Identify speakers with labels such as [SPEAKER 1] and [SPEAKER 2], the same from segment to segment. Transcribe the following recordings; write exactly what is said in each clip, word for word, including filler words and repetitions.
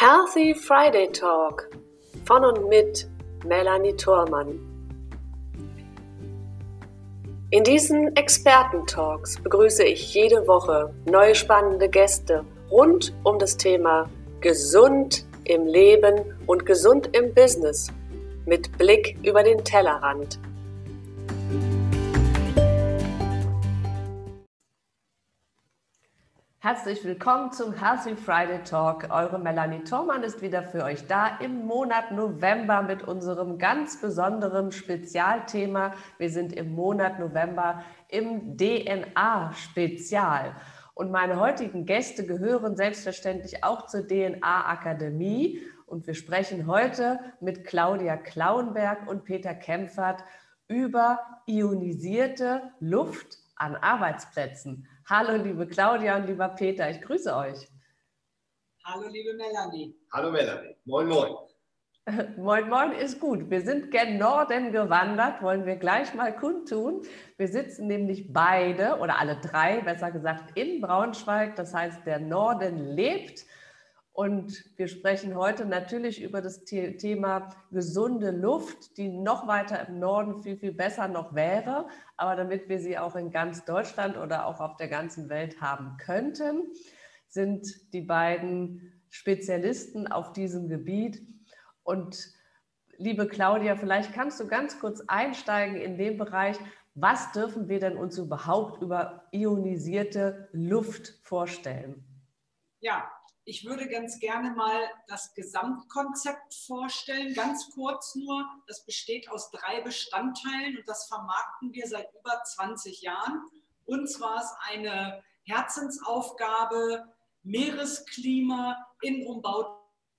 [SPEAKER 1] Healthy Friday Talk von und mit Melanie Thormann. In diesen Experten-Talks begrüße ich jede Woche neue spannende Gäste rund um das Thema Gesund im Leben und gesund im Business mit Blick über den Tellerrand. Herzlich willkommen zum Healthy Friday Talk. Eure Melanie Thormann ist wieder für euch da im Monat November mit unserem ganz besonderen Spezialthema. Wir sind im Monat November im D N A-Spezial. Und meine heutigen Gäste gehören selbstverständlich auch zur D N A-Akademie. Und wir sprechen heute mit Claudia Klauenberg und Peter Kempfert über ionisierte Luft an Arbeitsplätzen. Hallo liebe Claudia und lieber Peter, ich grüße euch.
[SPEAKER 2] Hallo liebe Melanie.
[SPEAKER 3] Hallo Melanie, moin moin.
[SPEAKER 1] Moin moin ist gut. Wir sind gen Norden gewandert, wollen wir gleich mal kundtun. Wir sitzen nämlich beide oder alle drei, besser gesagt, in Braunschweig. Das heißt, der Norden lebt. Und wir sprechen heute natürlich über das Thema gesunde Luft, die noch weiter im Norden viel, viel besser noch wäre. Aber damit wir sie auch in ganz Deutschland oder auch auf der ganzen Welt haben könnten, sind die beiden Spezialisten auf diesem Gebiet. Und liebe Claudia, vielleicht kannst du ganz kurz einsteigen in den Bereich, was dürfen wir denn uns überhaupt über ionisierte Luft vorstellen?
[SPEAKER 2] Ja. Ich würde ganz gerne mal das Gesamtkonzept vorstellen, ganz kurz nur. Das besteht aus drei Bestandteilen und das vermarkten wir seit über zwanzig Jahren. Uns war es eine Herzensaufgabe, Meeresklima in umbauten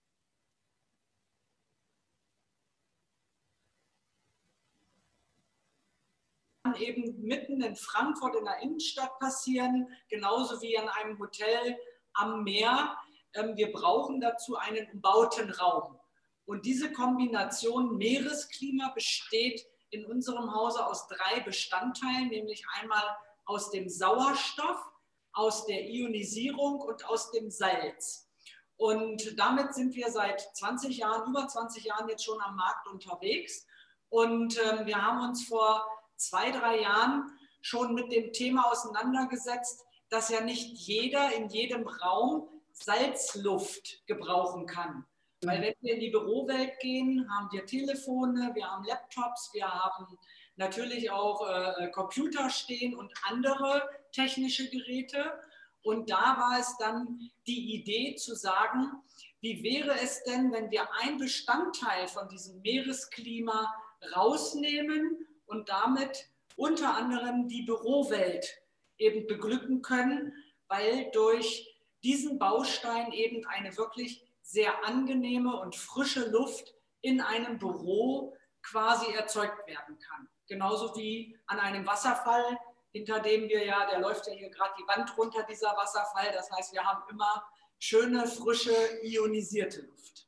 [SPEAKER 2] eben mitten in Frankfurt in der Innenstadt passieren, genauso wie in einem Hotel am Meer. Wir brauchen dazu einen umbauten Raum. Und diese Kombination Meeresklima besteht in unserem Hause aus drei Bestandteilen, nämlich einmal aus dem Sauerstoff, aus der Ionisierung und aus dem Salz. Und damit sind wir seit zwanzig Jahren, über zwanzig Jahren jetzt schon am Markt unterwegs. Und äh, wir haben uns vor zwei, drei Jahren schon mit dem Thema auseinandergesetzt, dass ja nicht jeder in jedem Raum Salzluft gebrauchen kann. Weil wenn wir in die Bürowelt gehen, haben wir Telefone, wir haben Laptops, wir haben natürlich auch äh, Computer stehen und andere technische Geräte. Und da war es dann die Idee zu sagen, wie wäre es denn, wenn wir ein Bestandteil von diesem Meeresklima rausnehmen und damit unter anderem die Bürowelt eben beglücken können, weil durch diesen Baustein eben eine wirklich sehr angenehme und frische Luft in einem Büro quasi erzeugt werden kann. Genauso wie an einem Wasserfall, hinter dem wir ja, der läuft ja hier gerade die Wand runter, dieser Wasserfall. Das heißt, wir haben immer schöne, frische, ionisierte Luft.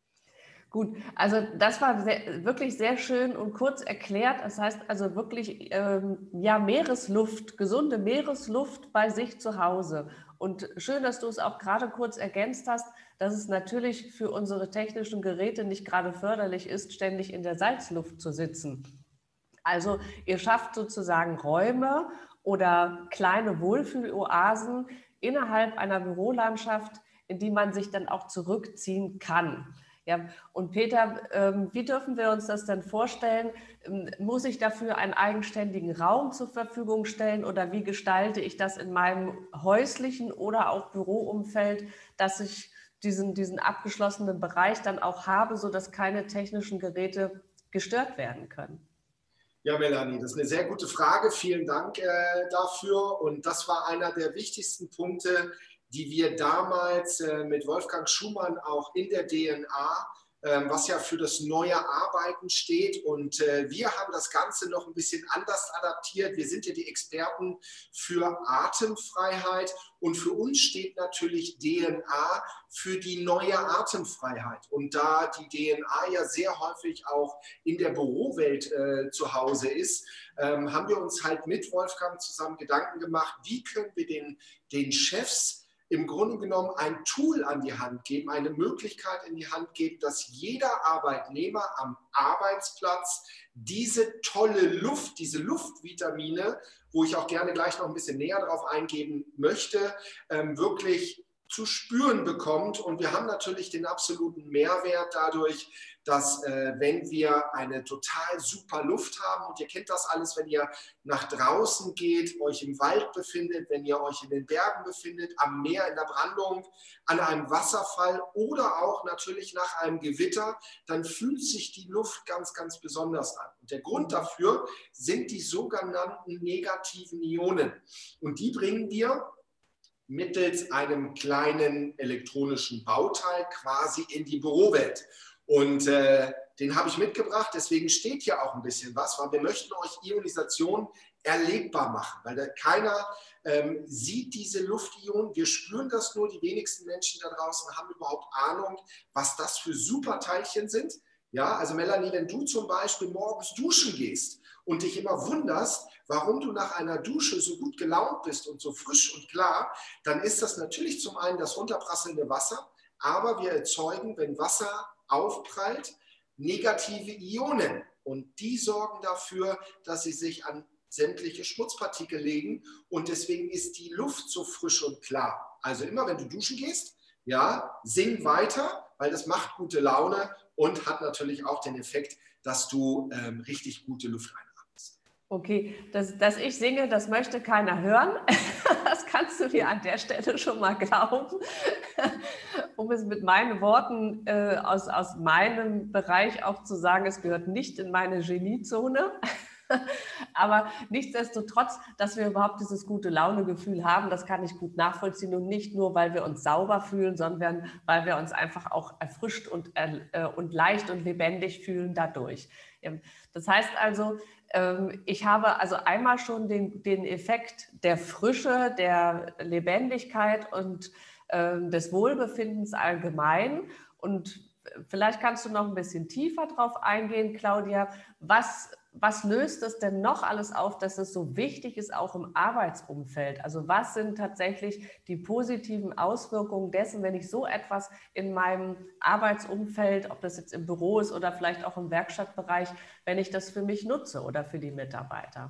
[SPEAKER 1] Gut, also das war sehr, wirklich sehr schön und kurz erklärt. Das heißt also wirklich ähm, ja, Meeresluft, gesunde Meeresluft bei sich zu Hause. Und schön, dass du es auch gerade kurz ergänzt hast, dass es natürlich für unsere technischen Geräte nicht gerade förderlich ist, ständig in der Salzluft zu sitzen. Also ihr schafft sozusagen Räume oder kleine Wohlfühloasen innerhalb einer Bürolandschaft, in die man sich dann auch zurückziehen kann. Ja, und Peter, ähm, wie dürfen wir uns das denn vorstellen? Ähm, muss ich dafür einen eigenständigen Raum zur Verfügung stellen oder wie gestalte ich das in meinem häuslichen oder auch Büroumfeld, dass ich diesen, diesen abgeschlossenen Bereich dann auch habe, sodass keine technischen Geräte gestört werden können?
[SPEAKER 3] Ja, Melanie, das ist eine sehr gute Frage. Vielen Dank äh, dafür. Und das war einer der wichtigsten Punkte, die wir damals äh, mit Wolfgang Schumann auch in der D N A, äh, was ja für das neue Arbeiten steht. Und äh, wir haben das Ganze noch ein bisschen anders adaptiert. Wir sind ja die Experten für Atemfreiheit und für uns steht natürlich D N A für die neue Atemfreiheit. Und da die D N A ja sehr häufig auch in der Bürowelt äh, zu Hause ist, ähm, haben wir uns halt mit Wolfgang zusammen Gedanken gemacht, wie können wir den, den Chefs im Grunde genommen ein Tool an die Hand geben, eine Möglichkeit in die Hand geben, dass jeder Arbeitnehmer am Arbeitsplatz diese tolle Luft, diese Luftvitamine, wo ich auch gerne gleich noch ein bisschen näher darauf eingehen möchte, wirklich zu spüren bekommt. Und wir haben natürlich den absoluten Mehrwert dadurch, dass äh, wenn wir eine total super Luft haben, und ihr kennt das alles, wenn ihr nach draußen geht, euch im Wald befindet, wenn ihr euch in den Bergen befindet, am Meer, in der Brandung, an einem Wasserfall oder auch natürlich nach einem Gewitter, dann fühlt sich die Luft ganz, ganz besonders an. Und der Grund dafür sind die sogenannten negativen Ionen. Und die bringen wir mittels einem kleinen elektronischen Bauteil quasi in die Bürowelt. Und äh, den habe ich mitgebracht, deswegen steht hier auch ein bisschen was, weil wir möchten euch Ionisation erlebbar machen, weil da keiner ähm, sieht diese Luftionen, wir spüren das nur, die wenigsten Menschen da draußen haben überhaupt Ahnung, was das für super Teilchen sind. Ja, also Melanie, wenn du zum Beispiel morgens duschen gehst und dich immer wunderst, warum du nach einer Dusche so gut gelaunt bist und so frisch und klar, dann ist das natürlich zum einen das runterprasselnde Wasser, aber wir erzeugen, wenn Wasser aufprallt, negative Ionen. Und die sorgen dafür, dass sie sich an sämtliche Schmutzpartikel legen. Und deswegen ist die Luft so frisch und klar. Also immer, wenn du duschen gehst, ja, sing weiter, weil das macht gute Laune und hat natürlich auch den Effekt, dass du ähm, richtig gute Luft einatmest.
[SPEAKER 1] Okay, dass, dass ich singe, das möchte keiner hören. Das kannst du dir an der Stelle schon mal glauben. Um es mit meinen Worten äh, aus, aus meinem Bereich auch zu sagen, es gehört nicht in meine Geniezone. Aber nichtsdestotrotz, dass wir überhaupt dieses gute Laune-Gefühl haben, das kann ich gut nachvollziehen. Und nicht nur, weil wir uns sauber fühlen, sondern weil wir uns einfach auch erfrischt und, äh, und leicht und lebendig fühlen dadurch. Das heißt also, ähm, ich habe also einmal schon den, den Effekt der Frische, der Lebendigkeit und äh, des Wohlbefindens allgemein. Und vielleicht kannst du noch ein bisschen tiefer drauf eingehen, Claudia. Was Was löst es denn noch alles auf, dass es so wichtig ist, auch im Arbeitsumfeld? Also was sind tatsächlich die positiven Auswirkungen dessen, wenn ich so etwas in meinem Arbeitsumfeld, ob das jetzt im Büro ist oder vielleicht auch im Werkstattbereich, wenn ich das für mich nutze oder für die Mitarbeiter?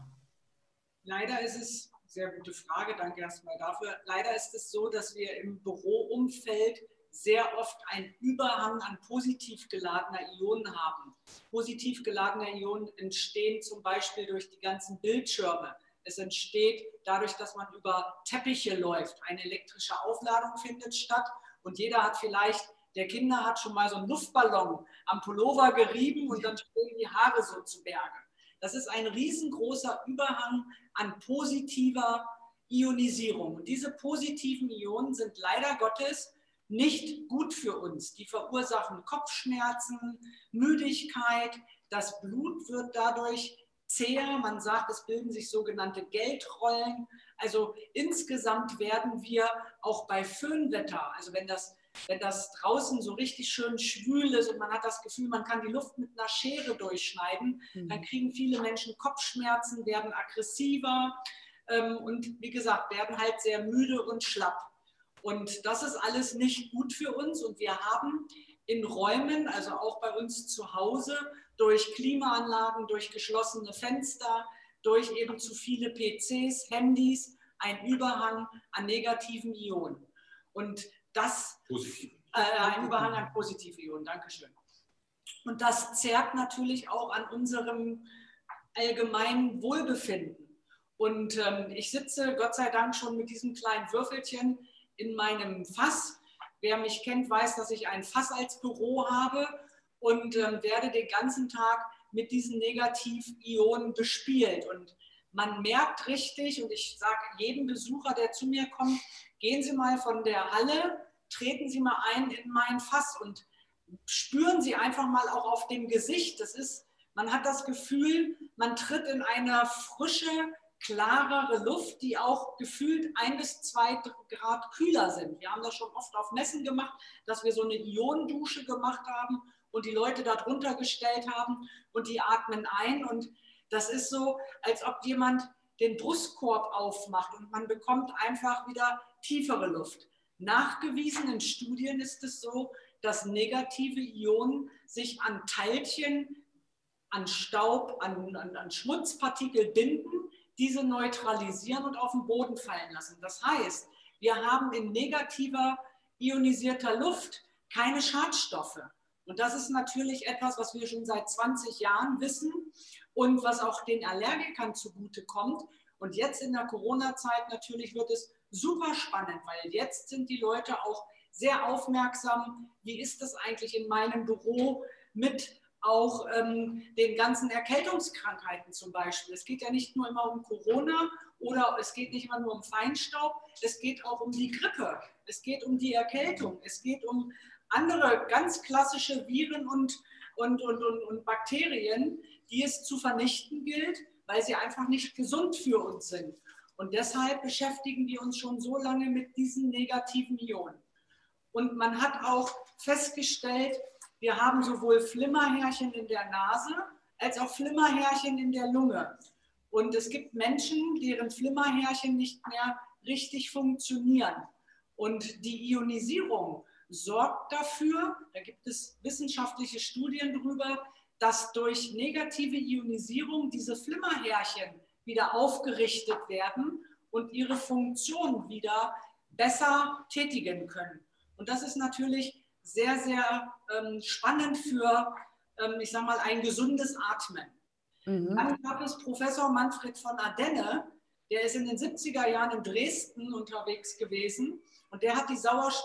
[SPEAKER 2] Leider ist es, sehr gute Frage, danke erstmal dafür. Leider ist es so, dass wir im Büroumfeld sehr oft einen Überhang an positiv geladener Ionen haben. Positiv geladene Ionen entstehen zum Beispiel durch die ganzen Bildschirme. Es entsteht dadurch, dass man über Teppiche läuft. Eine elektrische Aufladung findet statt und jeder hat vielleicht, der Kinder hat schon mal so einen Luftballon am Pullover gerieben und dann stehen die Haare so zu Berge. Das ist ein riesengroßer Überhang an positiver Ionisierung. Und diese positiven Ionen sind leider Gottes nicht gut für uns. Die verursachen Kopfschmerzen, Müdigkeit, das Blut wird dadurch zäher, man sagt, es bilden sich sogenannte Geldrollen. Also insgesamt werden wir auch bei Föhnwetter, also wenn das, wenn das draußen so richtig schön schwül ist und man hat das Gefühl, man kann die Luft mit einer Schere durchschneiden, mhm. dann kriegen viele Menschen Kopfschmerzen, werden aggressiver ähm, und wie gesagt, werden halt sehr müde und schlapp. Und das ist alles nicht gut für uns und wir haben in Räumen, also auch bei uns zu Hause, durch Klimaanlagen, durch geschlossene Fenster, durch eben zu viele P Cs, Handys, einen Überhang an negativen Ionen. Und das,
[SPEAKER 3] Positiv.
[SPEAKER 2] äh, ein Überhang an positiven Ionen, Dankeschön. Und das zerrt natürlich auch an unserem allgemeinen Wohlbefinden. Und ähm, ich sitze Gott sei Dank schon mit diesem kleinen Würfelchen in meinem Fass. Wer mich kennt, weiß, dass ich ein Fass als Büro habe und ähm, werde den ganzen Tag mit diesen Negativ-Ionen bespielt. Und man merkt richtig, und ich sage jedem Besucher, der zu mir kommt, gehen Sie mal von der Halle, treten Sie mal ein in mein Fass und spüren Sie einfach mal auch auf dem Gesicht. Das ist, man hat das Gefühl, man tritt in eine frische, klarere Luft, die auch gefühlt ein bis zwei Grad kühler sind. Wir haben das schon oft auf Messen gemacht, dass wir so eine Ionendusche gemacht haben und die Leute da drunter gestellt haben und die atmen ein. Und das ist so, als ob jemand den Brustkorb aufmacht und man bekommt einfach wieder tiefere Luft. Nachgewiesenen Studien ist es so, dass negative Ionen sich an Teilchen, an Staub, an, an, an Schmutzpartikel binden, diese neutralisieren und auf den Boden fallen lassen. Das heißt, wir haben in negativer ionisierter Luft keine Schadstoffe. Und das ist natürlich etwas, was wir schon seit zwanzig Jahren wissen und was auch den Allergikern zugutekommt. Und jetzt in der Corona-Zeit natürlich wird es super spannend, weil jetzt sind die Leute auch sehr aufmerksam, wie ist das eigentlich in meinem Büro mit auch ähm, den ganzen Erkältungskrankheiten zum Beispiel. Es geht ja nicht nur immer um Corona oder es geht nicht immer nur um Feinstaub, es geht auch um die Grippe, es geht um die Erkältung, es geht um andere ganz klassische Viren und, und, und, und, und Bakterien, die es zu vernichten gilt, weil sie einfach nicht gesund für uns sind. Und deshalb beschäftigen wir uns schon so lange mit diesen negativen Ionen. Und man hat auch festgestellt, wir haben sowohl Flimmerhärchen in der Nase als auch Flimmerhärchen in der Lunge. Und es gibt Menschen, deren Flimmerhärchen nicht mehr richtig funktionieren. Und die Ionisierung sorgt dafür, da gibt es wissenschaftliche Studien drüber, dass durch negative Ionisierung diese Flimmerhärchen wieder aufgerichtet werden und ihre Funktion wieder besser tätigen können. Und das ist natürlich sehr, sehr ähm, spannend für, ähm, ich sage mal, ein gesundes Atmen. Mhm. Dann gab es Professor Manfred von Ardenne, der ist in den siebziger Jahren in Dresden unterwegs gewesen und der hat die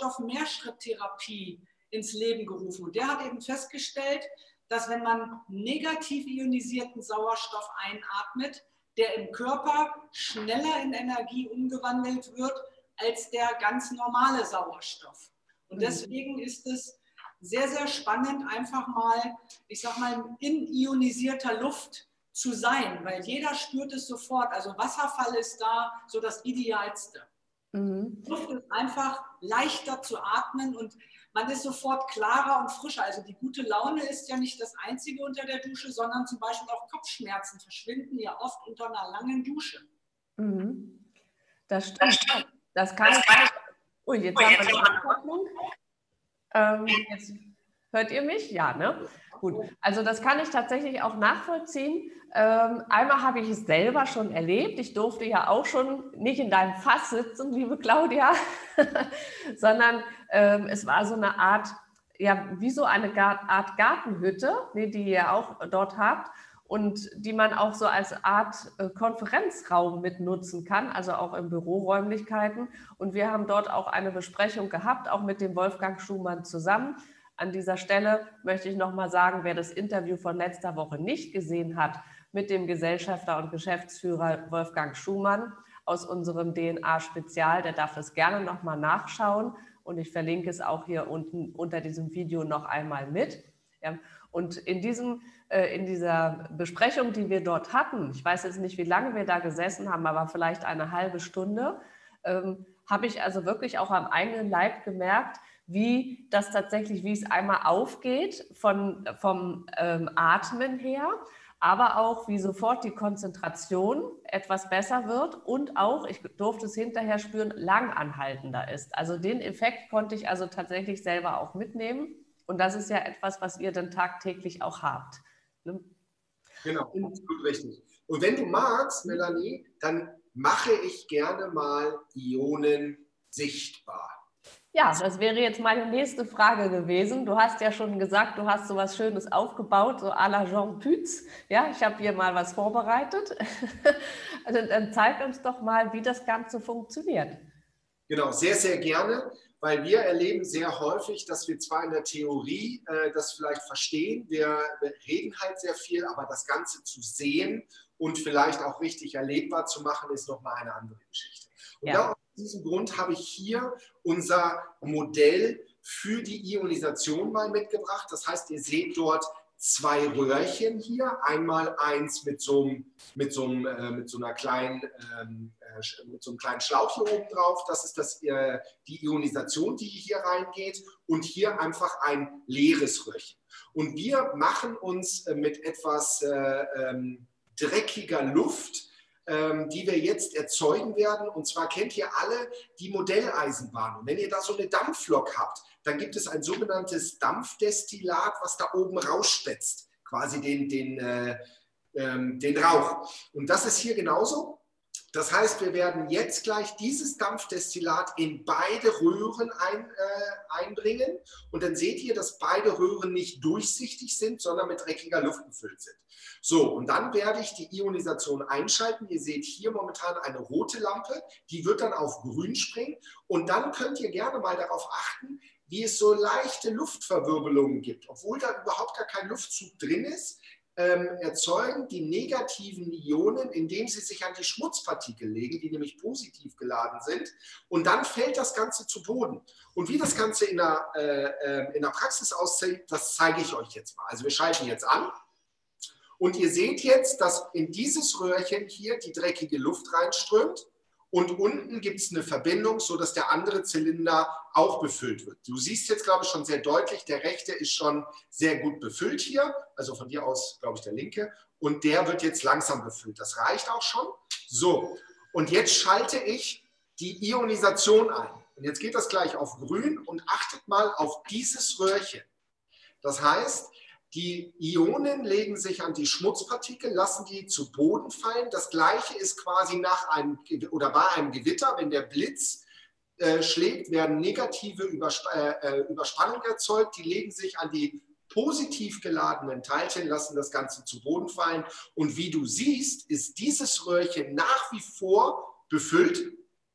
[SPEAKER 2] Sauerstoff-Mehrschritttherapie ins Leben gerufen. Und der hat eben festgestellt, dass wenn man negativ ionisierten Sauerstoff einatmet, der im Körper schneller in Energie umgewandelt wird als der ganz normale Sauerstoff. Und deswegen ist es sehr, sehr spannend, einfach mal, ich sag mal, in ionisierter Luft zu sein, weil jeder spürt es sofort. Also Wasserfall ist da so das Idealste. Mhm. Luft ist einfach leichter zu atmen und man ist sofort klarer und frischer. Also die gute Laune ist ja nicht das Einzige unter der Dusche, sondern zum Beispiel auch Kopfschmerzen verschwinden ja oft unter einer langen Dusche.
[SPEAKER 1] Mhm. Das stimmt. Das kann ich. Ui, jetzt haben wir eine Abkopplung. Ähm, jetzt hört ihr mich? Ja, ne? Gut. Also das kann ich tatsächlich auch nachvollziehen. Ähm, einmal habe ich es selber schon erlebt. Ich durfte ja auch schon nicht in deinem Fass sitzen, liebe Claudia, sondern ähm, es war so eine Art, ja, wie so eine Art Gartenhütte, die ihr auch dort habt. Und die man auch so als Art äh, Konferenzraum mitnutzen kann, also auch in Büroräumlichkeiten. Und wir haben dort auch eine Besprechung gehabt, auch mit dem Wolfgang Schumann zusammen. An dieser Stelle möchte ich nochmal sagen, wer das Interview von letzter Woche nicht gesehen hat, mit dem Gesellschafter und Geschäftsführer Wolfgang Schumann aus unserem D N A-Spezial, der darf es gerne nochmal nachschauen. Und ich verlinke es auch hier unten unter diesem Video noch einmal mit. Ja, und in, diesem, äh, in dieser Besprechung, die wir dort hatten, ich weiß jetzt nicht, wie lange wir da gesessen haben, aber vielleicht eine halbe Stunde, ähm, habe ich also wirklich auch am eigenen Leib gemerkt, wie das tatsächlich, wie es einmal aufgeht von, vom ähm, Atmen her, aber auch wie sofort die Konzentration etwas besser wird und auch, ich durfte es hinterher spüren, langanhaltender ist. Also den Effekt konnte ich also tatsächlich selber auch mitnehmen. Und das ist ja etwas, was ihr dann tagtäglich auch habt. Ne?
[SPEAKER 3] Genau, absolut richtig. Und wenn du magst, Melanie, dann mache ich gerne mal Ionen sichtbar.
[SPEAKER 1] Ja, das wäre jetzt meine nächste Frage gewesen. Du hast ja schon gesagt, du hast so was Schönes aufgebaut, so à la Jean Pütz. Ja, ich habe hier mal was vorbereitet. Also dann zeig uns doch mal, wie das Ganze funktioniert.
[SPEAKER 3] Genau, sehr, sehr gerne. Weil wir erleben sehr häufig, dass wir zwar in der Theorie äh, das vielleicht verstehen, wir, wir reden halt sehr viel, aber das Ganze zu sehen und vielleicht auch richtig erlebbar zu machen, ist nochmal eine andere Geschichte. Und ja. Da aus diesem Grund habe ich hier unser Modell für die Ionisation mal mitgebracht. Das heißt, ihr seht dort zwei Röhrchen hier, einmal eins mit so, einem, mit so, einem, äh, mit so einer kleinen, ähm, äh, mit so einem kleinen Schlauch hier oben drauf. Das ist das, äh, die Ionisation, die hier reingeht, und hier einfach ein leeres Röhrchen. Und wir machen uns äh, mit etwas äh, ähm, dreckiger Luft die wir jetzt erzeugen werden. Und zwar kennt ihr alle die Modelleisenbahn. Und wenn ihr da so eine Dampflok habt, dann gibt es ein sogenanntes Dampfdestillat, was da oben rausspetzt, quasi den, den, äh, ähm, den Rauch. Und das ist hier genauso. Das heißt, wir werden jetzt gleich dieses Dampfdestillat in beide Röhren ein, äh, einbringen. Und dann seht ihr, dass beide Röhren nicht durchsichtig sind, sondern mit dreckiger Luft gefüllt sind. So, und dann werde ich die Ionisation einschalten. Ihr seht hier momentan eine rote Lampe, die wird dann auf grün springen. Und dann könnt ihr gerne mal darauf achten, wie es so leichte Luftverwirbelungen gibt. Obwohl da überhaupt gar kein Luftzug drin ist, ähm, erzeugen die negativen Ionen, indem sie sich an die Schmutzpartikel legen, die nämlich positiv geladen sind. Und dann fällt das Ganze zu Boden. Und wie das Ganze in der, äh, in der Praxis aussieht, das zeige ich euch jetzt mal. Also wir schalten jetzt an. Und ihr seht jetzt, dass in dieses Röhrchen hier die dreckige Luft reinströmt und unten gibt es eine Verbindung, sodass der andere Zylinder auch befüllt wird. Du siehst jetzt, glaube ich, schon sehr deutlich, der rechte ist schon sehr gut befüllt hier, also von dir aus, glaube ich, der linke. Und der wird jetzt langsam befüllt. Das reicht auch schon. So, und jetzt schalte ich die Ionisation ein. Und jetzt geht das gleich auf grün und achtet mal auf dieses Röhrchen. Das heißt, die Ionen legen sich an die Schmutzpartikel, lassen die zu Boden fallen. Das Gleiche ist quasi nach einem oder bei einem Gewitter, wenn der Blitz äh, schlägt, werden negative Übersp äh, Überspannung erzeugt. Die legen sich an die positiv geladenen Teilchen, lassen das Ganze zu Boden fallen. Und wie du siehst, ist dieses Röhrchen nach wie vor befüllt,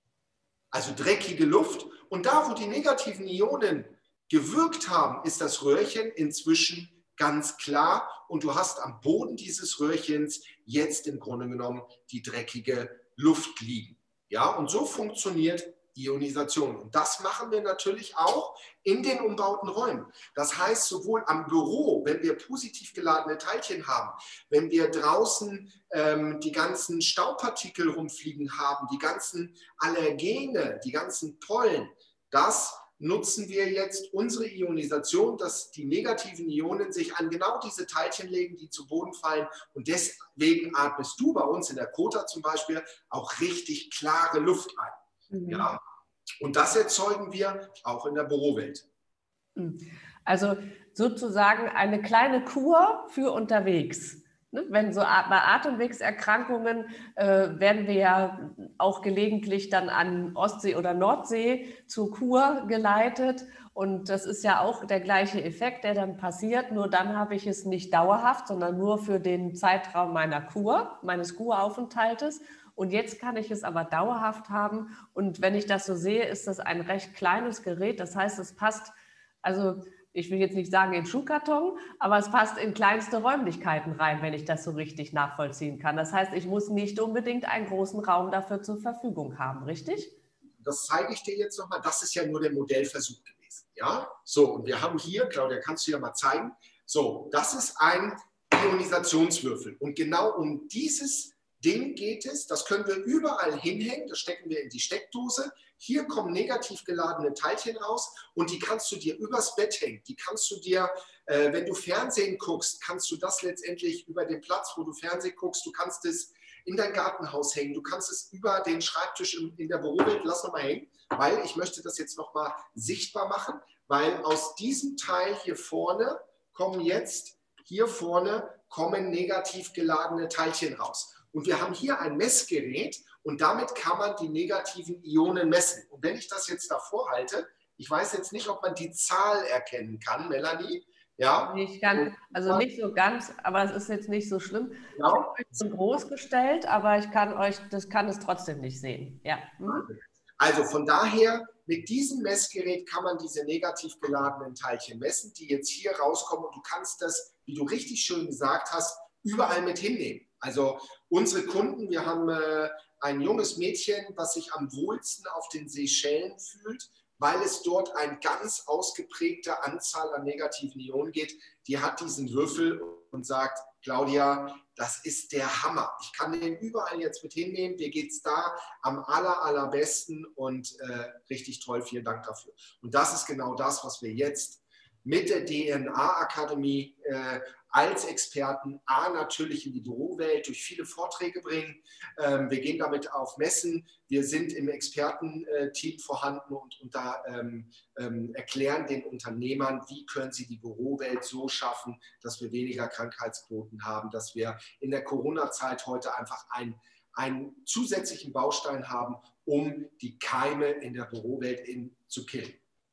[SPEAKER 3] also dreckige Luft. Und da, wo die negativen Ionen gewirkt haben, ist das Röhrchen inzwischen ganz klar und du hast am Boden dieses Röhrchens jetzt im Grunde genommen die dreckige Luft liegen. Ja, und so funktioniert Ionisation. Und das machen wir natürlich auch in den umbauten Räumen. Das heißt, sowohl am Büro, wenn wir positiv geladene Teilchen haben, wenn wir draußen ähm, die ganzen Staubpartikel rumfliegen haben, die ganzen Allergene, die ganzen Pollen, das nutzen wir jetzt unsere Ionisation, dass die negativen Ionen sich an genau diese Teilchen legen, die zu Boden fallen. Und deswegen atmest du bei uns in der Kota zum Beispiel auch richtig klare Luft ein. Mhm. Ja? Und das erzeugen wir auch in der Bürowelt.
[SPEAKER 1] Also sozusagen eine kleine Kur für unterwegs. Wenn so bei Atemwegserkrankungen äh, werden wir ja auch gelegentlich dann an Ostsee oder Nordsee zur Kur geleitet. Und das ist ja auch der gleiche Effekt, der dann passiert. Nur dann habe ich es nicht dauerhaft, sondern nur für den Zeitraum meiner Kur, meines Kuraufenthaltes. Und jetzt kann ich es aber dauerhaft haben. Und wenn ich das so sehe, ist das ein recht kleines Gerät. Das heißt, es passt, also ich will jetzt nicht sagen in Schuhkarton, aber es passt in kleinste Räumlichkeiten rein, wenn ich das so richtig nachvollziehen kann. Das heißt, ich muss nicht unbedingt einen großen Raum dafür zur Verfügung haben, richtig?
[SPEAKER 3] Das zeige ich dir jetzt nochmal. Das ist ja nur der Modellversuch gewesen. Ja? So, und wir haben hier, Claudia, kannst du ja mal zeigen. So, das ist ein Ionisationswürfel. Und genau um dieses Ding geht es. Das können wir überall hinhängen. Das stecken wir in die Steckdose. Hier kommen negativ geladene Teilchen raus und die kannst du dir übers Bett hängen. Die kannst du dir, äh, wenn du Fernsehen guckst, kannst du das letztendlich über den Platz, wo du Fernsehen guckst, du kannst es in dein Gartenhaus hängen, du kannst es über den Schreibtisch in, in der Bürowelt, lass nochmal hängen, weil ich möchte das jetzt nochmal sichtbar machen, weil aus diesem Teil hier vorne kommen jetzt, hier vorne kommen negativ geladene Teilchen raus. Und wir haben hier ein Messgerät und damit kann man die negativen Ionen messen. Und wenn ich das jetzt davor halte, ich weiß jetzt nicht, ob man die Zahl erkennen kann, Melanie. Ja.
[SPEAKER 1] Ich kann, also nicht so ganz, aber es ist jetzt nicht so schlimm. Genau. Ich habe euch so groß gestellt, aber ich kann euch, das kann es trotzdem nicht sehen. Ja. Mhm.
[SPEAKER 3] Also von daher, mit diesem Messgerät kann man diese negativ geladenen Teilchen messen, die jetzt hier rauskommen. Und du kannst das, wie du richtig schön gesagt hast, überall mit hinnehmen. Also unsere Kunden, wir haben äh, ein junges Mädchen, was sich am wohlsten auf den Seychellen fühlt, weil es dort eine ganz ausgeprägte Anzahl an negativen Ionen geht. Die hat diesen Würfel und sagt, Claudia, das ist der Hammer. Ich kann den überall jetzt mit hinnehmen. Dir geht es da am aller, allerbesten und äh, richtig toll. Vielen Dank dafür. Und das ist genau das, was wir jetzt mit der D N A-Akademie äh, als Experten A natürlich in die Bürowelt durch viele Vorträge bringen. Ähm, wir gehen damit auf Messen. Wir sind im Expertenteam vorhanden und, und da ähm, ähm, erklären den Unternehmern, wie können sie die Bürowelt so schaffen, dass wir weniger Krankheitsquoten haben, dass wir in der Corona-Zeit heute einfach ein einen zusätzlichen Baustein haben, um die Keime in der Bürowelt in, zu killen.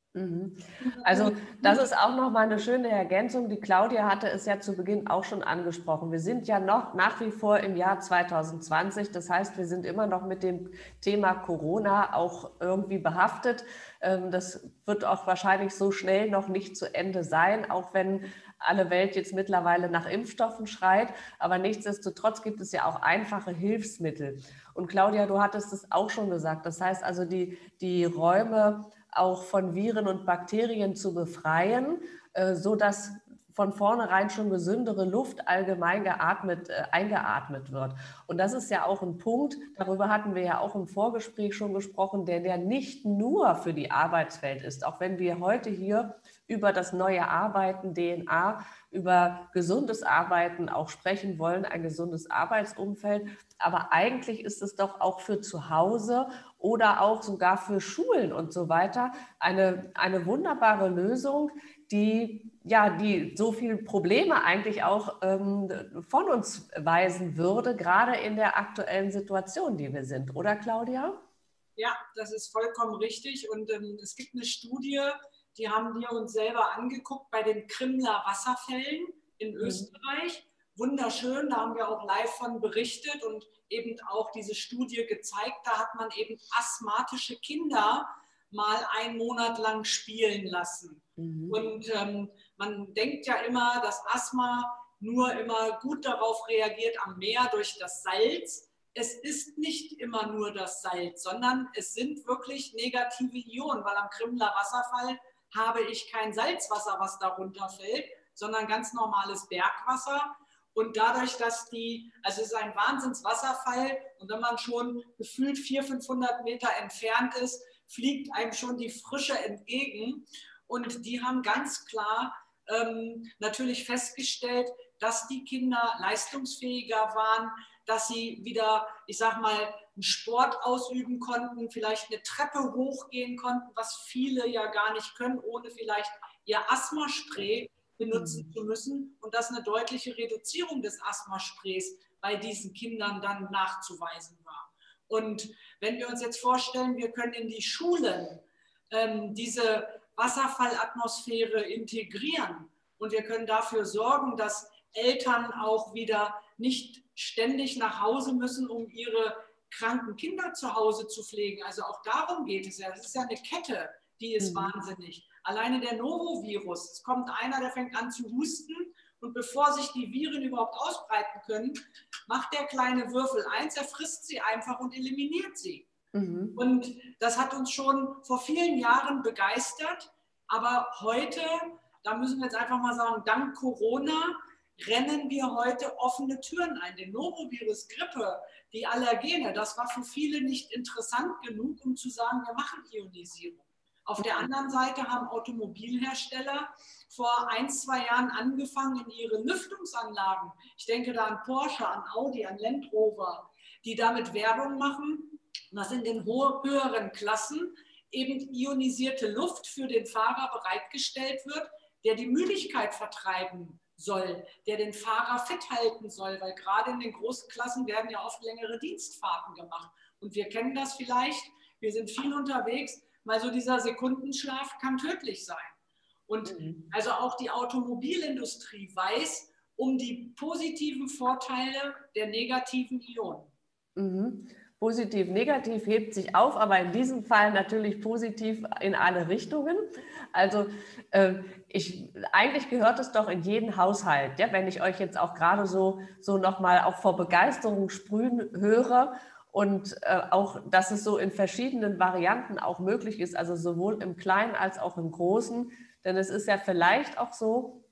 [SPEAKER 1] Also das ist auch noch mal eine schöne Ergänzung. Die Claudia hatte es ja zu Beginn auch schon angesprochen. Wir sind ja noch nach wie vor im Jahr zwanzig zwanzig. Das heißt, wir sind immer noch mit dem Thema Corona auch irgendwie behaftet. Das wird auch wahrscheinlich so schnell noch nicht zu Ende sein, auch wenn alle Welt jetzt mittlerweile nach Impfstoffen schreit. Aber nichtsdestotrotz gibt es ja auch einfache Hilfsmittel. Und Claudia, du hattest es auch schon gesagt. Das heißt also, die, die Räume auch von Viren und Bakterien zu befreien, äh, sodass von vornherein schon gesündere Luft allgemein geatmet, äh, eingeatmet wird. Und das ist ja auch ein Punkt, darüber hatten wir ja auch im Vorgespräch schon gesprochen, der ja nicht nur für die Arbeitswelt ist, auch wenn wir heute hier über das neue Arbeiten, D N A, über gesundes Arbeiten auch sprechen wollen, ein gesundes Arbeitsumfeld. Aber eigentlich ist es doch auch für zu Hause oder auch sogar für Schulen und so weiter eine, eine wunderbare Lösung, die, ja, die so viele Probleme eigentlich auch ähm, von uns weisen würde, gerade in der aktuellen Situation, die wir sind. Oder, Claudia?
[SPEAKER 2] Ja, das ist vollkommen richtig. Und ähm, es gibt eine Studie, die haben wir uns selber angeguckt bei den Krimler Wasserfällen in Österreich. Mhm. Wunderschön, da haben wir auch live von berichtet und eben auch diese Studie gezeigt. Da hat man eben asthmatische Kinder mal einen Monat lang spielen lassen. Mhm. Und ähm, man denkt ja immer, dass Asthma nur immer gut darauf reagiert am Meer durch das Salz. Es ist nicht immer nur das Salz, sondern es sind wirklich negative Ionen, weil am Krimler Wasserfall habe ich kein Salzwasser, was darunter fällt, sondern ganz normales Bergwasser. Und dadurch, dass die, also es ist ein Wahnsinnswasserfall und wenn man schon gefühlt vierhundert, fünfhundert Meter entfernt ist, fliegt einem schon die Frische entgegen. Und die haben ganz klar ähm, natürlich festgestellt, dass die Kinder leistungsfähiger waren, dass sie wieder, ich sag mal, einen Sport ausüben konnten, vielleicht eine Treppe hochgehen konnten, was viele ja gar nicht können, ohne vielleicht ihr Asthmaspray benutzen mhm. zu müssen und dass eine deutliche Reduzierung des Asthmasprays bei diesen Kindern dann nachzuweisen war. Und wenn wir uns jetzt vorstellen, wir können in die Schulen ähm, diese Wasserfallatmosphäre integrieren und wir können dafür sorgen, dass Eltern auch wieder nicht ständig nach Hause müssen, um ihre kranken Kinder zu Hause zu pflegen. Also auch darum geht es ja. Das ist ja eine Kette, die ist mhm. wahnsinnig. Alleine der Norovirus, es kommt einer, der fängt an zu husten und bevor sich die Viren überhaupt ausbreiten können, macht der kleine Würfel eins, er frisst sie einfach und eliminiert sie. Mhm. Und das hat uns schon vor vielen Jahren begeistert, aber heute, da müssen wir jetzt einfach mal sagen, dank Corona rennen wir heute offene Türen ein. Den Norovirus, Grippe, die Allergene, das war für viele nicht interessant genug, um zu sagen, wir machen Ionisierung. Auf der anderen Seite haben Automobilhersteller vor ein, zwei Jahren angefangen, in ihre Lüftungsanlagen, ich denke da an Porsche, an Audi, an Land Rover, die damit Werbung machen, dass in den höheren Klassen eben ionisierte Luft für den Fahrer bereitgestellt wird, der die Müdigkeit vertreiben soll, der den Fahrer fit halten soll, weil gerade in den großen Klassen werden ja oft längere Dienstfahrten gemacht. Und wir kennen das vielleicht, wir sind viel unterwegs, mal so dieser Sekundenschlaf kann tödlich sein. Und mhm. also auch die Automobilindustrie weiß um die positiven Vorteile der negativen Ionen.
[SPEAKER 1] Mhm. Positiv, negativ hebt sich auf, aber in diesem Fall natürlich positiv in alle Richtungen. Also äh, ich, eigentlich gehört es doch in jeden Haushalt, ja, wenn ich euch jetzt auch gerade so, so nochmal auch vor Begeisterung sprühen höre und äh, auch, dass es so in verschiedenen Varianten auch möglich ist, also sowohl im Kleinen als auch im Großen, denn es ist ja vielleicht auch so,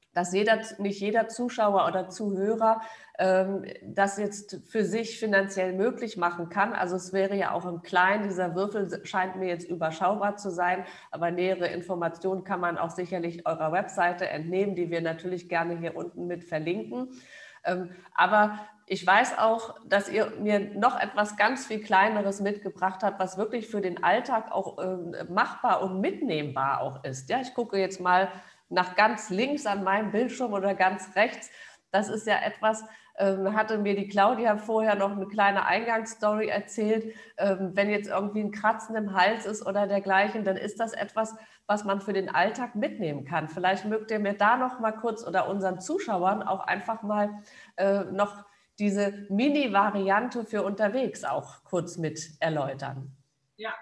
[SPEAKER 1] dass jeder, nicht jeder Zuschauer oder Zuhörer ähm, das jetzt für sich finanziell möglich machen kann. Also es wäre ja auch im Kleinen, dieser Würfel scheint mir jetzt überschaubar zu sein, aber nähere Informationen kann man auch sicherlich eurer Webseite entnehmen, die wir natürlich gerne hier unten mit verlinken. Ähm, aber ich weiß auch, dass ihr mir noch etwas ganz viel Kleineres mitgebracht habt, was wirklich für den Alltag auch äh, machbar und mitnehmbar auch ist. Ja, ich gucke jetzt mal nach ganz links an meinem Bildschirm oder ganz rechts. Das ist ja etwas, ähm, hatte mir die Claudia vorher noch eine kleine Eingangsstory erzählt. Ähm, wenn jetzt irgendwie ein Kratzen im Hals ist oder dergleichen, dann ist das etwas, was man für den Alltag mitnehmen kann. Vielleicht mögt ihr mir da noch mal kurz oder unseren Zuschauern auch einfach mal äh, noch diese Mini-Variante für unterwegs auch kurz mit erläutern.
[SPEAKER 2] Ja,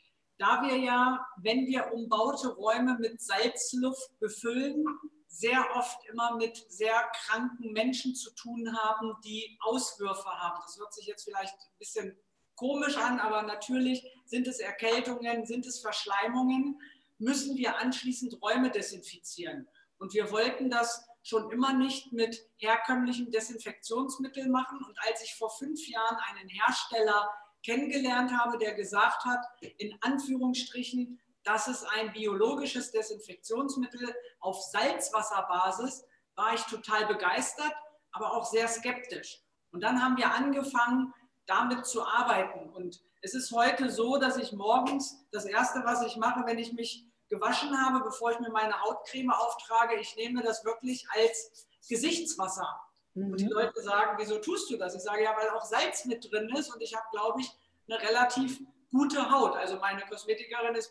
[SPEAKER 2] da wir ja, wenn wir umbaute Räume mit Salzluft befüllen, sehr oft immer mit sehr kranken Menschen zu tun haben, die Auswürfe haben. Das hört sich jetzt vielleicht ein bisschen komisch an, aber natürlich sind es Erkältungen, sind es Verschleimungen, müssen wir anschließend Räume desinfizieren. Und wir wollten das schon immer nicht mit herkömmlichen Desinfektionsmitteln machen. Und als ich vor fünf Jahren einen Hersteller kennengelernt habe, der gesagt hat, in Anführungsstrichen, das ist ein biologisches Desinfektionsmittel auf Salzwasserbasis, war ich total begeistert, aber auch sehr skeptisch. Und dann haben wir angefangen, damit zu arbeiten. Und es ist heute so, dass ich morgens, das Erste, was ich mache, wenn ich mich gewaschen habe, bevor ich mir meine Hautcreme auftrage, ich nehme das wirklich als Gesichtswasser. Mhm. Und die Leute sagen, wieso tust du das? Ich sage, ja, weil auch Salz mit drin ist und ich habe, glaube ich, eine relativ gute Haut. Also meine Kosmetikerin ist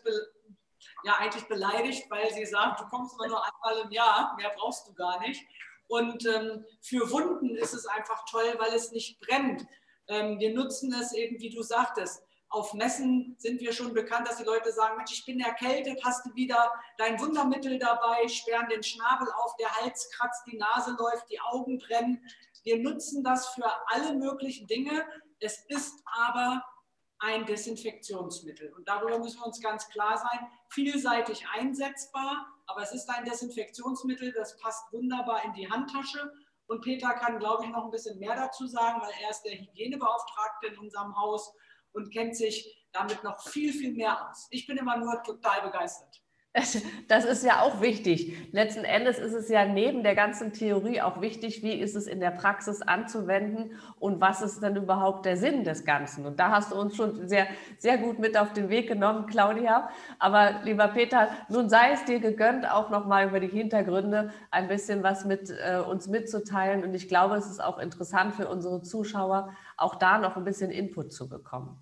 [SPEAKER 2] ja eigentlich beleidigt, weil sie sagt, du kommst nur einmal im Jahr, mehr brauchst du gar nicht. Und ähm, für Wunden ist es einfach toll, weil es nicht brennt. Ähm, wir nutzen es eben, wie du sagtest, auf Messen sind wir schon bekannt, dass die Leute sagen, Mensch, ich bin erkältet, hast du wieder dein Wundermittel dabei, sperren den Schnabel auf, der Hals kratzt, die Nase läuft, die Augen brennen. Wir nutzen das für alle möglichen Dinge. Es ist aber ein Desinfektionsmittel. Und darüber müssen wir uns ganz klar sein, vielseitig einsetzbar, aber es ist ein Desinfektionsmittel, das passt wunderbar in die Handtasche. Und Peter kann, glaube ich, noch ein bisschen mehr dazu sagen, weil er ist der Hygienebeauftragte in unserem Haus und kennt sich damit noch viel, viel mehr aus. Ich bin immer nur total begeistert.
[SPEAKER 1] Das ist ja auch wichtig. Letzten Endes ist es ja neben der ganzen Theorie auch wichtig, wie ist es in der Praxis anzuwenden und was ist denn überhaupt der Sinn des Ganzen. Und da hast du uns schon sehr, sehr gut mit auf den Weg genommen, Claudia. Aber lieber Peter, nun sei es dir gegönnt, auch nochmal über die Hintergründe ein bisschen was mit äh, uns mitzuteilen. Und ich glaube, es ist auch interessant für unsere Zuschauer, auch da noch ein bisschen Input zu bekommen.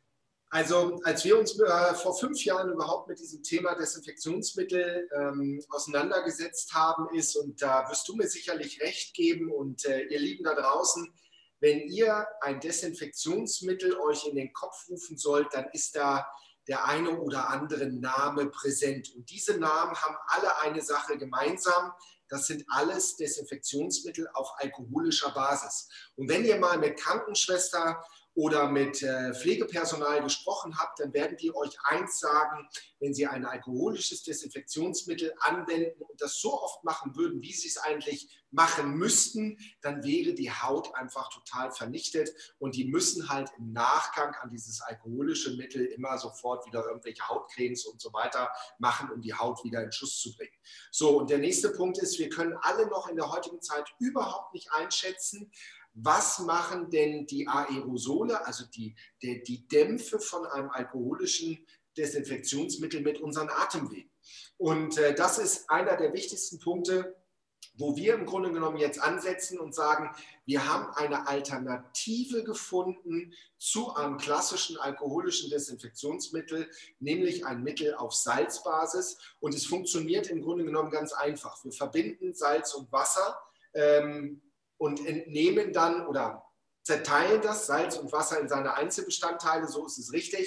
[SPEAKER 3] Also als wir uns äh, vor fünf Jahren überhaupt mit diesem Thema Desinfektionsmittel ähm, auseinandergesetzt haben, ist, und da wirst du mir sicherlich recht geben und äh, ihr Lieben da draußen, wenn ihr ein Desinfektionsmittel euch in den Kopf rufen sollt, dann ist da der eine oder andere Name präsent. Und diese Namen haben alle eine Sache gemeinsam. Das sind alles Desinfektionsmittel auf alkoholischer Basis. Und wenn ihr mal mit Krankenschwester oder mit äh, Pflegepersonal gesprochen habt, dann werden die euch eins sagen: Wenn sie ein alkoholisches Desinfektionsmittel anwenden und das so oft machen würden, wie sie es eigentlich machen müssten, dann wäre die Haut einfach total vernichtet und die müssen halt im Nachgang an dieses alkoholische Mittel immer sofort wieder irgendwelche Hautcremes und so weiter machen, um die Haut wieder in Schuss zu bringen. So, und der nächste Punkt ist, wir können alle noch in der heutigen Zeit überhaupt nicht einschätzen, was machen denn die Aerosole, also die, die, die Dämpfe von einem alkoholischen Desinfektionsmittel mit unseren Atemwegen? Und äh, das ist einer der wichtigsten Punkte, wo wir im Grunde genommen jetzt ansetzen und sagen, wir haben eine Alternative gefunden zu einem klassischen alkoholischen Desinfektionsmittel, nämlich ein Mittel auf Salzbasis. Und es funktioniert im Grunde genommen ganz einfach. Wir verbinden Salz und Wasser ähm, und entnehmen dann oder zerteilen das Salz und Wasser in seine Einzelbestandteile, so ist es richtig.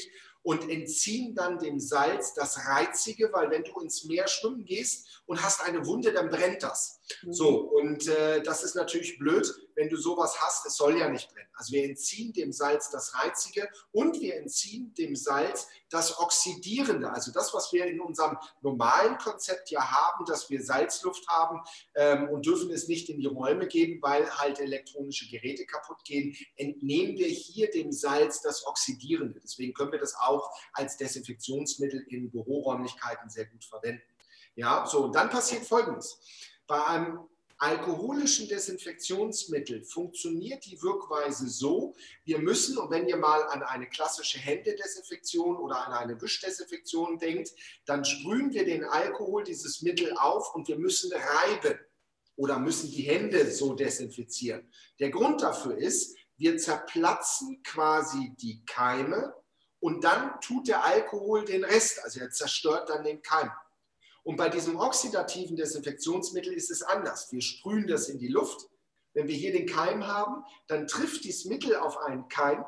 [SPEAKER 3] und entziehen dann dem Salz das Reizige, weil wenn du ins Meer schwimmen gehst und hast eine Wunde, dann brennt das. Mhm. So, und äh, das ist natürlich blöd, wenn du sowas hast, es soll ja nicht brennen. Also wir entziehen dem Salz das Reizige und wir entziehen dem Salz das Oxidierende, also das, was wir in unserem normalen Konzept ja haben, dass wir Salzluft haben ähm, und dürfen es nicht in die Räume geben, weil halt elektronische Geräte kaputt gehen, entnehmen wir hier dem Salz das Oxidierende. Deswegen können wir das auch als Desinfektionsmittel in Büroräumlichkeiten sehr gut verwenden. Ja, so, und dann passiert Folgendes. Bei einem alkoholischen Desinfektionsmittel funktioniert die Wirkweise so, wir müssen, und wenn ihr mal an eine klassische Händedesinfektion oder an eine Wischdesinfektion denkt, dann sprühen wir den Alkohol, dieses Mittel auf und wir müssen reiben oder müssen die Hände so desinfizieren. Der Grund dafür ist, wir zerplatzen quasi die Keime und dann tut der Alkohol den Rest, also er zerstört dann den Keim. Und bei diesem oxidativen Desinfektionsmittel ist es anders. Wir sprühen das in die Luft. Wenn wir hier den Keim haben, dann trifft dieses Mittel auf einen Keim.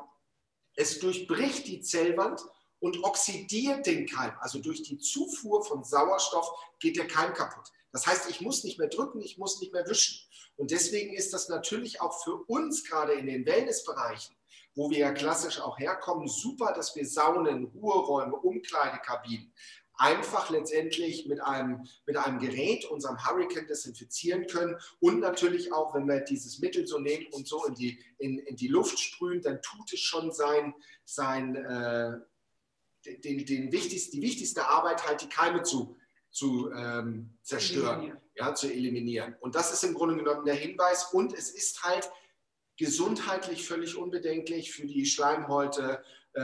[SPEAKER 3] Es durchbricht die Zellwand und oxidiert den Keim. Also durch die Zufuhr von Sauerstoff geht der Keim kaputt. Das heißt, ich muss nicht mehr drücken, ich muss nicht mehr wischen. Und deswegen ist das natürlich auch für uns gerade in den Wellnessbereichen, wo wir ja klassisch auch herkommen, super, dass wir Saunen, Ruheräume, Umkleidekabinen einfach letztendlich mit einem, mit einem Gerät, unserem Hurricane, desinfizieren können. Und natürlich auch, wenn wir dieses Mittel so nehmen und so in die, in, in die Luft sprühen, dann tut es schon sein, sein, äh, den, den wichtigsten, die wichtigste Arbeit, halt die Keime zu, zu ähm, zerstören, eliminieren. Ja, zu eliminieren. Und das ist im Grunde genommen der Hinweis. Und es ist halt gesundheitlich völlig unbedenklich für die Schleimhäute,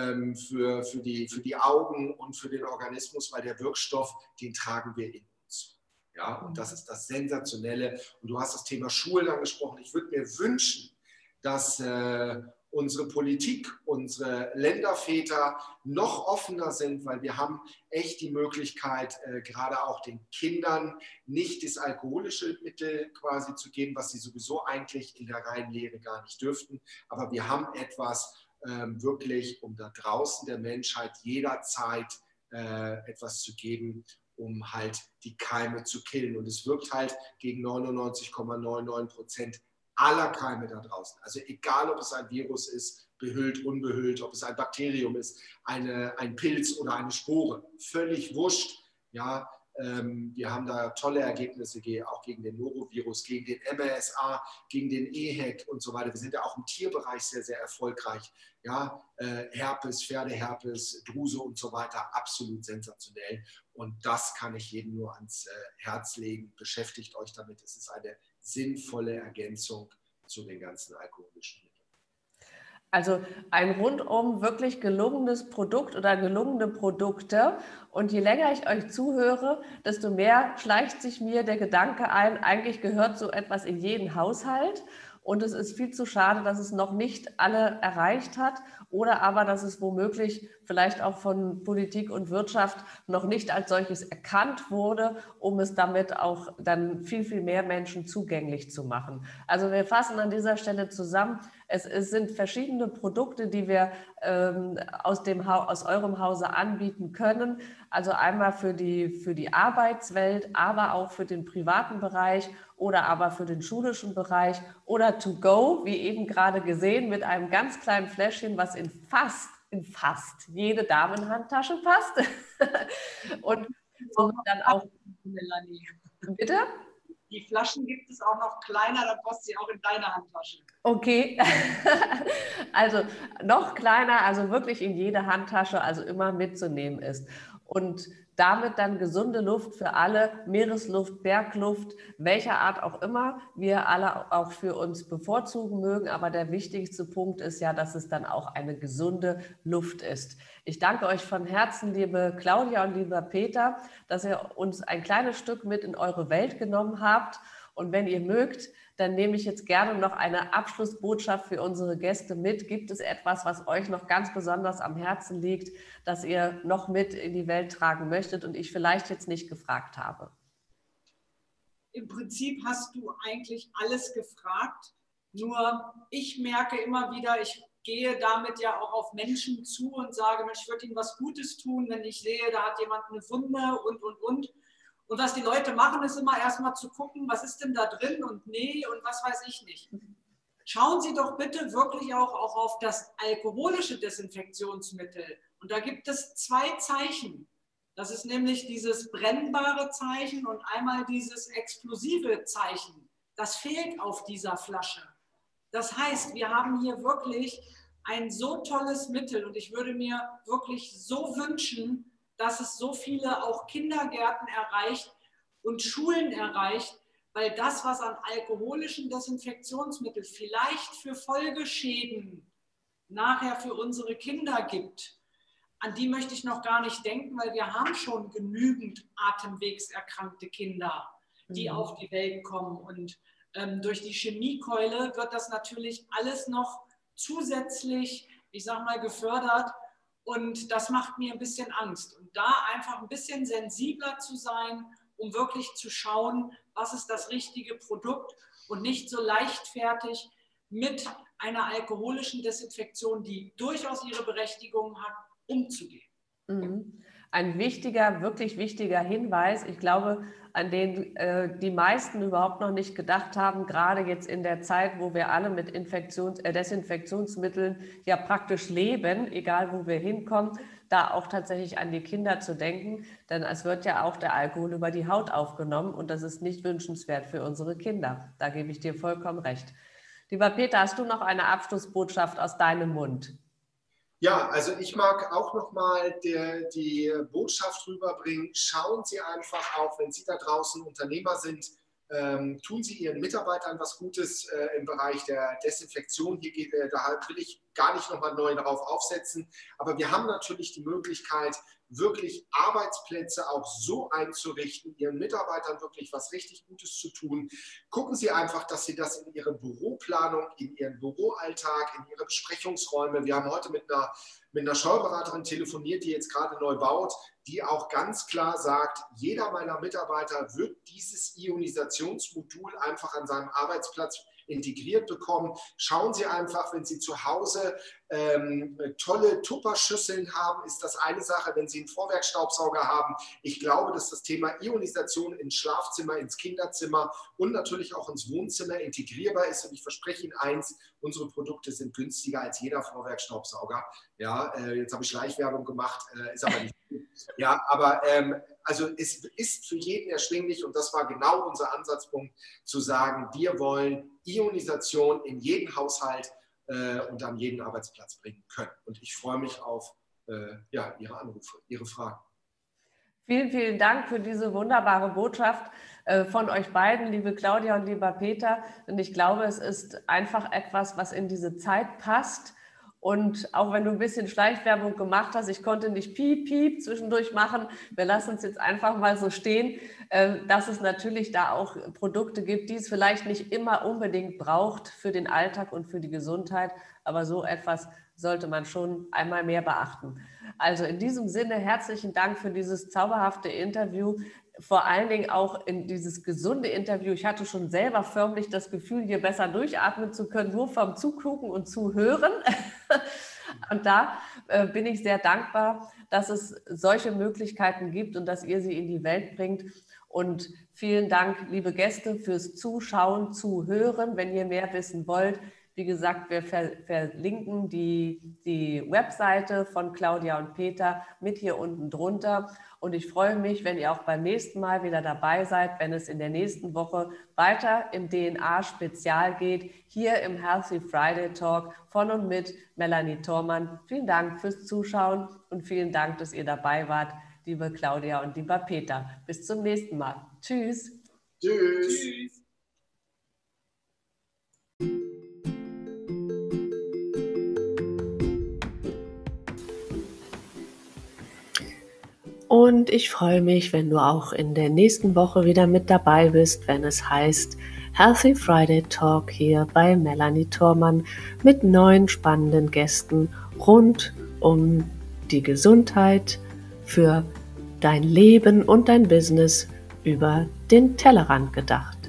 [SPEAKER 3] Für, für, die, für die Augen und für den Organismus, weil der Wirkstoff, den tragen wir in uns. Ja, und das ist das Sensationelle. Und du hast das Thema Schulen angesprochen. Ich würde mir wünschen, dass äh, unsere Politik, unsere Länderväter noch offener sind, weil wir haben echt die Möglichkeit, äh, gerade auch den Kindern nicht das alkoholische Mittel quasi zu geben, was sie sowieso eigentlich in der reinen Lehre gar nicht dürften. Aber wir haben etwas, wirklich, um da draußen der Menschheit jederzeit äh, etwas zu geben, um halt die Keime zu killen. Und es wirkt halt gegen neunundneunzig Komma neunundneunzig Prozent aller Keime da draußen. Also egal, ob es ein Virus ist, behüllt, unbehüllt, ob es ein Bakterium ist, eine, ein Pilz oder eine Spore. Völlig wurscht. Ja, ähm, wir haben da tolle Ergebnisse, auch gegen den Norovirus, gegen den M R S A, gegen den E H E C und so weiter. Wir sind ja auch im Tierbereich sehr, sehr erfolgreich. Ja, äh, Herpes, Pferdeherpes, Druse und so weiter, absolut sensationell. Und das kann ich jedem nur ans äh, Herz legen. Beschäftigt euch damit. Es ist eine sinnvolle Ergänzung zu den ganzen alkoholischen Mitteln.
[SPEAKER 1] Also ein rundum wirklich gelungenes Produkt oder gelungene Produkte. Und je länger ich euch zuhöre, desto mehr schleicht sich mir der Gedanke ein, eigentlich gehört so etwas in jeden Haushalt. Und es ist viel zu schade, dass es noch nicht alle erreicht hat oder aber, dass es womöglich vielleicht auch von Politik und Wirtschaft noch nicht als solches erkannt wurde, um es damit auch dann viel, viel mehr Menschen zugänglich zu machen. Also wir fassen an dieser Stelle zusammen, es, es sind verschiedene Produkte, die wir ähm, aus, dem, aus eurem Hause anbieten können. Also einmal für die, für die Arbeitswelt, aber auch für den privaten Bereich oder aber für den schulischen Bereich oder to go, wie eben gerade gesehen, mit einem ganz kleinen Fläschchen, was in fast, in fast jede Damenhandtasche passt. Und somit dann auch...
[SPEAKER 2] Melanie.
[SPEAKER 1] Bitte?
[SPEAKER 2] Die Flaschen gibt es auch noch kleiner, da passt sie auch in deine Handtasche.
[SPEAKER 1] Okay, also noch kleiner, also wirklich in jede Handtasche, also immer mitzunehmen ist. Und damit dann gesunde Luft für alle, Meeresluft, Bergluft, welcher Art auch immer wir alle auch für uns bevorzugen mögen. Aber der wichtigste Punkt ist ja, dass es dann auch eine gesunde Luft ist. Ich danke euch von Herzen, liebe Claudia und lieber Peter, dass ihr uns ein kleines Stück mit in eure Welt genommen habt. Und wenn ihr mögt, dann nehme ich jetzt gerne noch eine Abschlussbotschaft für unsere Gäste mit. Gibt es etwas, was euch noch ganz besonders am Herzen liegt, das ihr noch mit in die Welt tragen möchtet und ich vielleicht jetzt nicht gefragt habe?
[SPEAKER 2] Im Prinzip hast du eigentlich alles gefragt. Nur ich merke immer wieder, ich gehe damit ja auch auf Menschen zu und sage, Mensch, ich würde ihnen was Gutes tun, wenn ich sehe, da hat jemand eine Wunde und, und, und. Und was die Leute machen, ist immer erstmal zu gucken, was ist denn da drin und nee und was weiß ich nicht. Schauen Sie doch bitte wirklich auch, auch auf das alkoholische Desinfektionsmittel. Und da gibt es zwei Zeichen. Das ist nämlich dieses brennbare Zeichen und einmal dieses explosive Zeichen. Das fehlt auf dieser Flasche. Das heißt, wir haben hier wirklich ein so tolles Mittel und ich würde mir wirklich so wünschen, dass es so viele auch Kindergärten erreicht und Schulen erreicht, weil das, was an alkoholischen Desinfektionsmitteln vielleicht für Folgeschäden nachher für unsere Kinder gibt, an die möchte ich noch gar nicht denken, weil wir haben schon genügend atemwegserkrankte Kinder, die mhm. auf die Welt kommen. Und ähm, durch die Chemiekeule wird das natürlich alles noch zusätzlich, ich sag mal, gefördert. Und das macht mir ein bisschen Angst. Und da einfach ein bisschen sensibler zu sein, um wirklich zu schauen, was ist das richtige Produkt und nicht so leichtfertig mit einer alkoholischen Desinfektion, die durchaus ihre Berechtigung hat, umzugehen.
[SPEAKER 1] Mhm. Ein wichtiger, wirklich wichtiger Hinweis, ich glaube, an den äh, die meisten überhaupt noch nicht gedacht haben, gerade jetzt in der Zeit, wo wir alle mit Infektions-, äh, Desinfektionsmitteln ja praktisch leben, egal wo wir hinkommen, da auch tatsächlich an die Kinder zu denken, denn es wird ja auch der Alkohol über die Haut aufgenommen und das ist nicht wünschenswert für unsere Kinder. Da gebe ich dir vollkommen recht. Lieber Peter, hast du noch eine Abschlussbotschaft aus deinem Mund?
[SPEAKER 3] Ja, also ich mag auch nochmal die Botschaft rüberbringen. Schauen Sie einfach auch, wenn Sie da draußen Unternehmer sind, ähm, tun Sie Ihren Mitarbeitern was Gutes äh, im Bereich der Desinfektion. Hier geht, äh, da will ich gar nicht nochmal neu darauf aufsetzen. Aber wir haben natürlich die Möglichkeit, wirklich Arbeitsplätze auch so einzurichten, Ihren Mitarbeitern wirklich was richtig Gutes zu tun. Gucken Sie einfach, dass Sie das in Ihre Büroplanung, in Ihren Büroalltag, in Ihre Besprechungsräume. Wir haben heute mit einer, mit einer Steuerberaterin telefoniert, die jetzt gerade neu baut, die auch ganz klar sagt, jeder meiner Mitarbeiter wird dieses Ionisationsmodul einfach an seinem Arbeitsplatz integriert bekommen. Schauen Sie einfach, wenn Sie zu Hause ähm, tolle Tupperschüsseln haben, ist das eine Sache. Wenn Sie einen Vorwerkstaubsauger haben, ich glaube, dass das Thema Ionisation ins Schlafzimmer, ins Kinderzimmer und natürlich auch ins Wohnzimmer integrierbar ist. Und ich verspreche Ihnen eins, unsere Produkte sind günstiger als jeder Vorwerkstaubsauger. Ja, äh, jetzt habe ich Schleichwerbung gemacht, äh, ist aber nicht gut. Ja, aber ähm, also es ist für jeden erschwinglich und das war genau unser Ansatzpunkt, zu sagen, wir wollen Ionisation in jeden Haushalt äh, und an jeden Arbeitsplatz bringen können. Und ich freue mich auf äh, ja, Ihre Anrufe, Ihre Fragen.
[SPEAKER 1] Vielen, vielen Dank für diese wunderbare Botschaft äh, von euch beiden, liebe Claudia und lieber Peter. Und ich glaube, es ist einfach etwas, was in diese Zeit passt. Und auch wenn du ein bisschen Schleichwerbung gemacht hast, ich konnte nicht piep, piep zwischendurch machen. Wir lassen es jetzt einfach mal so stehen, dass es natürlich da auch Produkte gibt, die es vielleicht nicht immer unbedingt braucht für den Alltag und für die Gesundheit. Aber so etwas sollte man schon einmal mehr beachten. Also in diesem Sinne herzlichen Dank für dieses zauberhafte Interview. Vor allen Dingen auch in dieses gesunde Interview. Ich hatte schon selber förmlich das Gefühl, hier besser durchatmen zu können, nur vom Zugucken und Zuhören. Und da äh, bin ich sehr dankbar, dass es solche Möglichkeiten gibt und dass ihr sie in die Welt bringt. Und vielen Dank, liebe Gäste, fürs Zuschauen, Zuhören. Wenn ihr mehr wissen wollt, wie gesagt, wir ver verlinken die, die Webseite von Claudia und Peter mit hier unten drunter. Und ich freue mich, wenn ihr auch beim nächsten Mal wieder dabei seid, wenn es in der nächsten Woche weiter im D N A-Spezial geht, hier im Healthy Friday Talk von und mit Melanie Thormann. Vielen Dank fürs Zuschauen und vielen Dank, dass ihr dabei wart, liebe Claudia und lieber Peter. Bis zum nächsten Mal. Tschüss.
[SPEAKER 3] Tschüss.
[SPEAKER 2] Tschüss.
[SPEAKER 1] Und ich freue mich, wenn du auch in der nächsten Woche wieder mit dabei bist, wenn es heißt Healthy Friday Talk hier bei Melanie Thormann mit neuen spannenden Gästen rund um die Gesundheit für dein Leben und dein Business über den Tellerrand gedacht.